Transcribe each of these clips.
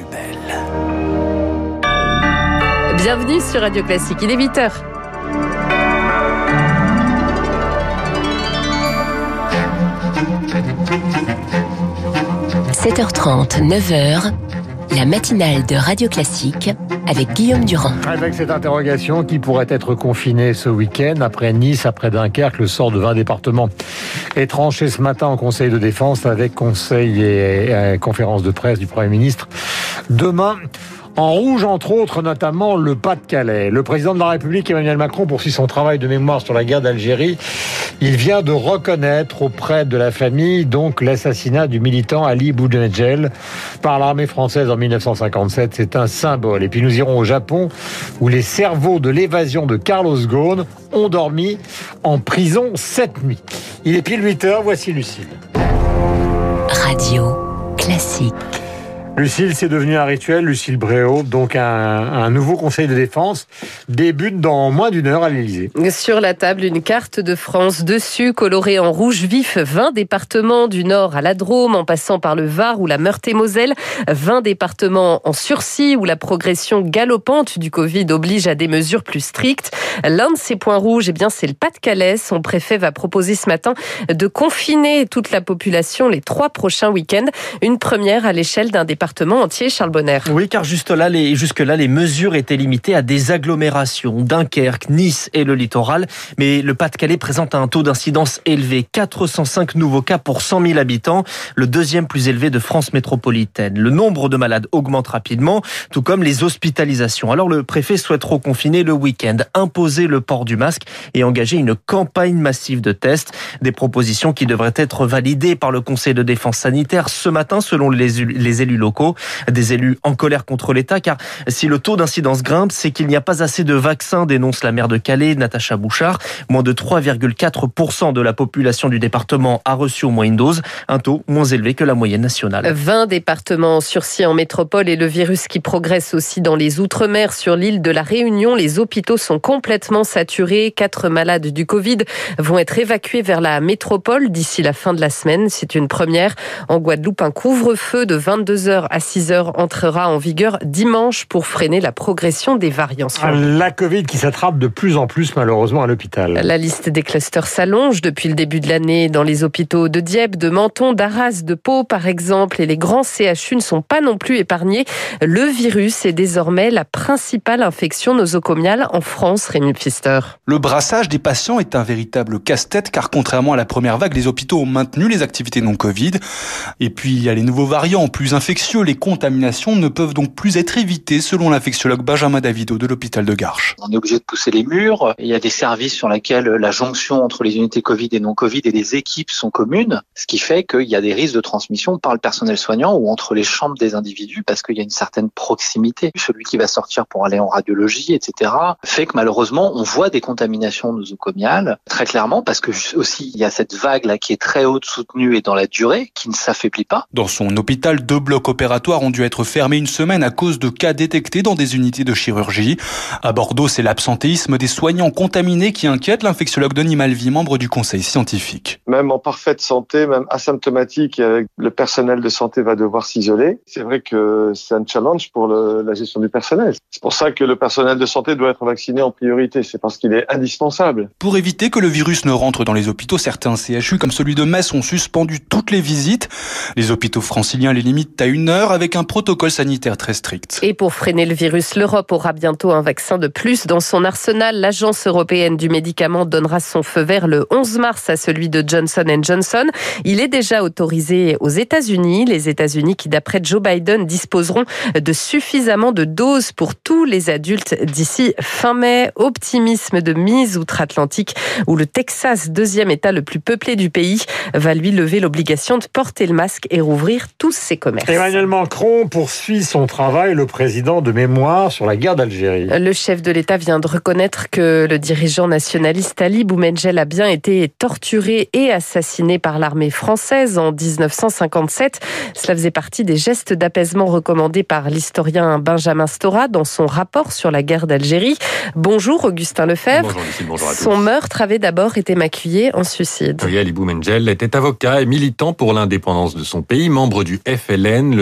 appelle. Bienvenue sur Radio Classique, il est 8h. « 7h30, 9h, la matinale de Radio Classique avec Guillaume Durand. » Avec cette interrogation, qui pourrait être confiné ce week-end après Nice, après Dunkerque, le sort de 20 départements est tranché ce matin en Conseil de défense avec conseil et conférence de presse du Premier ministre. Demain, en rouge, entre autres, notamment le Pas-de-Calais. Le président de la République, Emmanuel Macron, poursuit son travail de mémoire sur la guerre d'Algérie. Il vient de reconnaître auprès de la famille, donc, l'assassinat du militant Ali Boudjemedjel par l'armée française en 1957. C'est un symbole. Et puis nous irons au Japon, où les cerveaux de l'évasion de Carlos Ghosn ont dormi en prison cette nuit. Il est pile 8h, voici Lucille. Radio Classique. Lucille, c'est devenu un rituel. Lucille Bréau, donc un nouveau conseil de défense, débute dans moins d'une heure à l'Élysée. Sur la table, une carte de France dessus, colorée en rouge vif, 20 départements du Nord à la Drôme, en passant par le Var ou la Meurthe-et-Moselle, 20 départements en sursis où la progression galopante du Covid oblige à des mesures plus strictes. L'un de ces points rouges, c'est le Pas-de-Calais. Son préfet va proposer ce matin de confiner toute la population les 3 prochains week-ends. Une première à l'échelle d'un département entier, Charles Bonner. Oui, car jusque-là, les mesures étaient limitées à des agglomérations, Dunkerque, Nice et le littoral. Mais le Pas-de-Calais présente un taux d'incidence élevé, 405 nouveaux cas pour 100 000 habitants, le deuxième plus élevé de France métropolitaine. Le nombre de malades augmente rapidement, tout comme les hospitalisations. Alors le préfet souhaite reconfiner le week-end, imposer le port du masque et engager une campagne massive de tests. Des propositions qui devraient être validées par le Conseil de défense sanitaire ce matin, selon les élus locaux. Des élus en colère contre l'État, car si le taux d'incidence grimpe, c'est qu'il n'y a pas assez de vaccins, dénonce la maire de Calais, Natacha Bouchard. Moins de 3,4% de la population du département a reçu au moins une dose, un taux moins élevé que la moyenne nationale. 20 départements en sursis en métropole et le virus qui progresse aussi dans les Outre-mer. Sur l'île de la Réunion, les hôpitaux sont complètement saturés. 4 malades du Covid vont être évacués vers la métropole d'ici la fin de la semaine. C'est une première. En Guadeloupe, un couvre-feu de 22h à 6h entrera en vigueur dimanche pour freiner la progression des variants. La Covid qui s'attrape de plus en plus malheureusement à l'hôpital. La liste des clusters s'allonge depuis le début de l'année dans les hôpitaux de Dieppe, de Menton, d'Arras, de Pau par exemple, et les grands CHU ne sont pas non plus épargnés. Le virus est désormais la principale infection nosocomiale en France, Rémi Pfister. Le brassage des patients est un véritable casse-tête car contrairement à la première vague, les hôpitaux ont maintenu les activités non Covid. Et puis il y a les nouveaux variants plus infectieux. Les contaminations ne peuvent donc plus être évitées selon l'infectiologue Benjamin Davido de l'hôpital de Garches. On est obligé de pousser les murs. Il y a des services sur lesquels la jonction entre les unités Covid et non Covid et les équipes sont communes, ce qui fait qu'il y a des risques de transmission par le personnel soignant ou entre les chambres des individus parce qu'il y a une certaine proximité. Celui qui va sortir pour aller en radiologie, etc., fait que malheureusement on voit des contaminations nosocomiales très clairement parce que aussi il y a cette vague là qui est très haute, soutenue et dans la durée, qui ne s'affaiblit pas. Dans son hôpital, 2 blocs opératoires ont dû être fermés une semaine à cause de cas détectés dans des unités de chirurgie. À Bordeaux, c'est l'absentéisme des soignants contaminés qui inquiète l'infectiologue Denis Malvy, membre du conseil scientifique. Même en parfaite santé, même asymptomatique, le personnel de santé va devoir s'isoler. C'est vrai que c'est un challenge pour la gestion du personnel. C'est pour ça que le personnel de santé doit être vacciné en priorité. C'est parce qu'il est indispensable. Pour éviter que le virus ne rentre dans les hôpitaux, certains CHU, comme celui de Metz, ont suspendu toutes les visites. Les hôpitaux franciliens les limitent à 1 heure avec un protocole sanitaire très strict. Et pour freiner le virus, l'Europe aura bientôt un vaccin de plus dans son arsenal. L'Agence européenne du médicament donnera son feu vert le 11 mars à celui de Johnson & Johnson. Il est déjà autorisé aux États-Unis. Les États-Unis qui, d'après Joe Biden, disposeront de suffisamment de doses pour tous les adultes d'ici fin mai. Optimisme de mise outre-Atlantique où le Texas, deuxième État le plus peuplé du pays, va lui lever l'obligation de porter le masque et rouvrir tous ses commerces. Emmanuel Macron poursuit son travail, le président de mémoire sur la guerre d'Algérie. Le chef de l'État vient de reconnaître que le dirigeant nationaliste Ali Boumendjel a bien été torturé et assassiné par l'armée française en 1957. Cela faisait partie des gestes d'apaisement recommandés par l'historien Benjamin Stora dans son rapport sur la guerre d'Algérie. Bonjour Augustin Lefebvre. Bonjour Lucie, bonjour à tous. Son meurtre avait d'abord été maquillé en suicide. Ali Boumendjel était avocat et militant pour l'indépendance de son pays, membre du FLN, le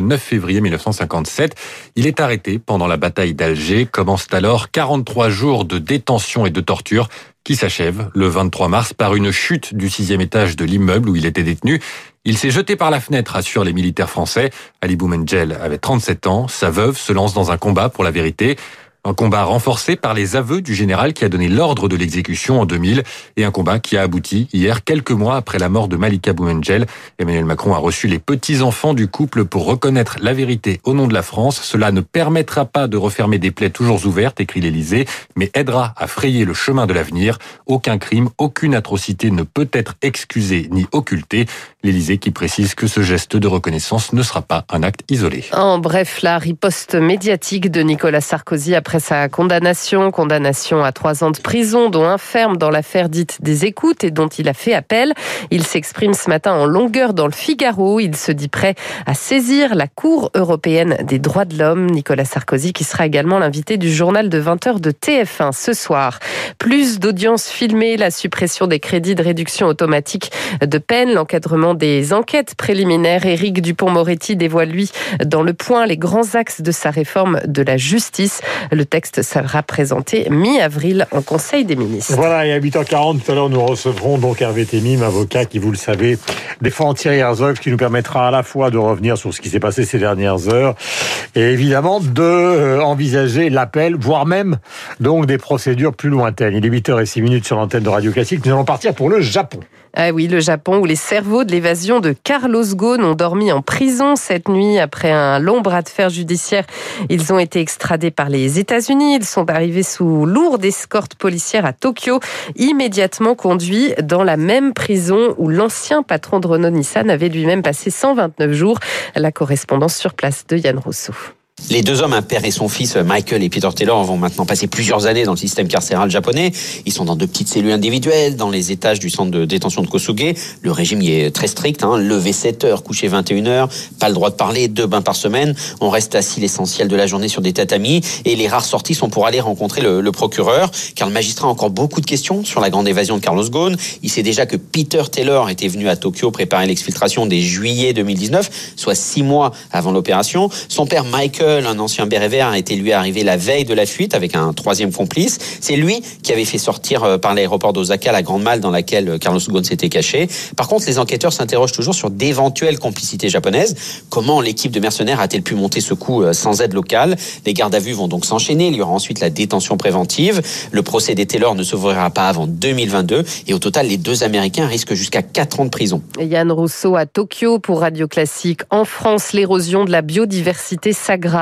9 février 1957. Il est arrêté pendant la bataille d'Alger. Commencent alors 43 jours de détention et de torture qui s'achèvent le 23 mars par une chute du 6e étage de l'immeuble où il était détenu. Il s'est jeté par la fenêtre, assurent les militaires français. Ali Boumendjel avait 37 ans. Sa veuve se lance dans un combat pour la vérité. Un combat renforcé par les aveux du général qui a donné l'ordre de l'exécution en 2000 et un combat qui a abouti hier, quelques mois après la mort de Malika Boumendjel. Emmanuel Macron a reçu les petits-enfants du couple pour reconnaître la vérité au nom de la France. Cela ne permettra pas de refermer des plaies toujours ouvertes, écrit l'Élysée, mais aidera à frayer le chemin de l'avenir. Aucun crime, aucune atrocité ne peut être excusée ni occultée. L'Élysée qui précise que ce geste de reconnaissance ne sera pas un acte isolé. En bref, la riposte médiatique de Nicolas Sarkozy après sa condamnation à 3 ans de prison, dont 1 ferme dans l'affaire dite des écoutes et dont il a fait appel. Il s'exprime ce matin en longueur dans le Figaro. Il se dit prêt à saisir la Cour européenne des droits de l'homme. Nicolas Sarkozy qui sera également l'invité du journal de 20h de TF1 ce soir. Plus d'audiences filmées, la suppression des crédits de réduction automatique de peine, l'encadrement des enquêtes préliminaires. Éric Dupond-Moretti dévoile, lui, dans Le Point, les grands axes de sa réforme de la justice. Le texte sera présenté mi-avril en Conseil des ministres. Voilà, et à 8h40, tout à l'heure, nous recevrons donc Hervé Temim, avocat qui, vous le savez, défend Thierry Herzog, qui nous permettra à la fois de revenir sur ce qui s'est passé ces dernières heures et évidemment d'envisager l'appel, voire même donc des procédures plus lointaines. Il est 8h06 sur l'antenne de Radio Classique. Nous allons partir pour le Japon. Ah oui, le Japon où les cerveaux de l'évasion de Carlos Ghosn ont dormi en prison cette nuit après un long bras de fer judiciaire. Ils ont été extradés par les États-Unis. Ils sont arrivés sous lourde escorte policière à Tokyo, immédiatement conduits dans la même prison où l'ancien patron de Renault-Nissan avait lui-même passé 129 jours. La correspondance sur place de Yann Rousseau. Les 2 hommes, un père et son fils, Michael et Peter Taylor, vont maintenant passer plusieurs années dans le système carcéral japonais. Ils sont dans 2 petites cellules individuelles, dans les étages du centre de détention de Kosuge. Le régime y est très strict, lever 7h, coucher 21h, pas le droit de parler, 2 bains par semaine. On reste assis l'essentiel de la journée sur des tatamis et les rares sorties sont pour aller rencontrer le procureur, car le magistrat a encore beaucoup de questions sur la grande évasion de Carlos Ghosn. Il sait déjà que Peter Taylor était venu à Tokyo préparer l'exfiltration dès juillet 2019, soit 6 mois avant l'opération. Son père Michael, un ancien béret vert, était lui arrivé la veille de la fuite avec un 3e complice. C'est lui qui avait fait sortir par l'aéroport d'Osaka la grande malle dans laquelle Carlos Ghosn s'était caché. Par contre, les enquêteurs s'interrogent toujours sur d'éventuelles complicités japonaises. Comment l'équipe de mercenaires a-t-elle pu monter ce coup sans aide locale? Les gardes à vue vont donc s'enchaîner. Il y aura ensuite la détention préventive. Le procès des Taylor ne s'ouvrira pas avant 2022 et au total, les 2 Américains risquent jusqu'à 4 ans de prison. Yann Rousseau à Tokyo pour Radio Classique. En France, l'érosion de la biodiversité s'aggrave.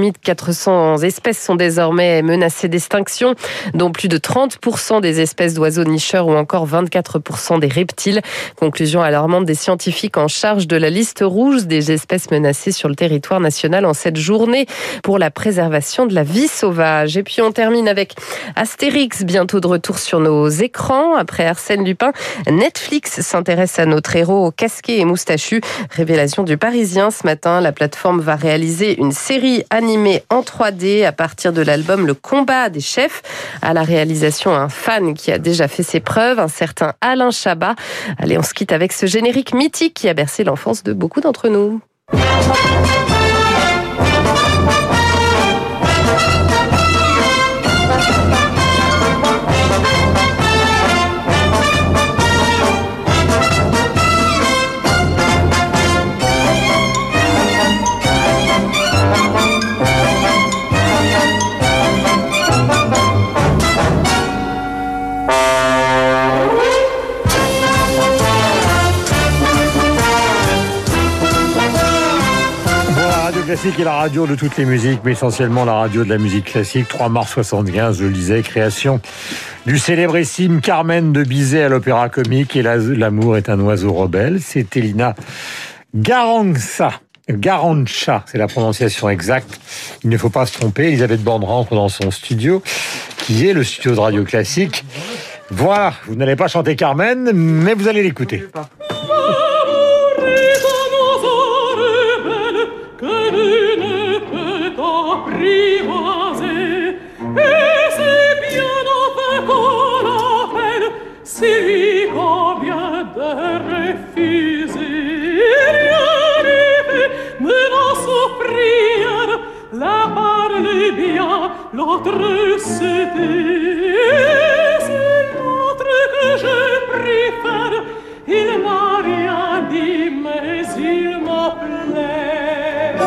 2400 espèces sont désormais menacées d'extinction, dont plus de 30% des espèces d'oiseaux nicheurs ou encore 24% des reptiles. Conclusion alarmante des scientifiques en charge de la liste rouge des espèces menacées sur le territoire national en cette journée pour la préservation de la vie sauvage. Et puis on termine avec Astérix, bientôt de retour sur nos écrans. Après Arsène Lupin, Netflix s'intéresse à notre héros casqué et moustachu. Révélation du Parisien ce matin, la plateforme va réaliser une série animée en 3D à partir de l'album Le Combat des chefs. À la réalisation, un fan qui a déjà fait ses preuves, un certain Alain Chabat. Allez, on se quitte avec ce générique mythique qui a bercé l'enfance de beaucoup d'entre nous. Classique est la radio de toutes les musiques, mais essentiellement la radio de la musique classique. 3 mars 75, je le disais, création du célébrissime Carmen de Bizet à l'Opéra Comique. Et l'amour est un oiseau rebelle. C'est Elina Garanca, c'est la prononciation exacte. Il ne faut pas se tromper. Elisabeth Borne rentre dans son studio, qui est le studio de Radio Classique. Voilà, vous n'allez pas chanter Carmen, mais vous allez l'écouter. Si lui convient de refuser, rien n'est fait, menaçant bien, l'autre c'était. C'est l'autre que je préfère. Il m'a rien dit, mais il m'appelait.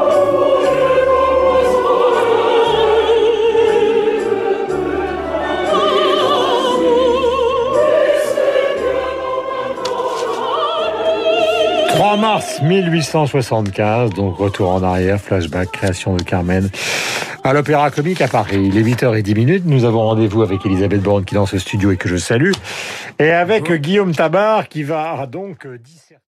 « 3 mars 1875, donc retour en arrière, flashback, création de Carmen à l'Opéra Comique à Paris. Il est 8h10, nous avons rendez-vous avec Elisabeth Borne qui est dans ce studio et que je salue, et avec Guillaume Tabar qui va donc disserter.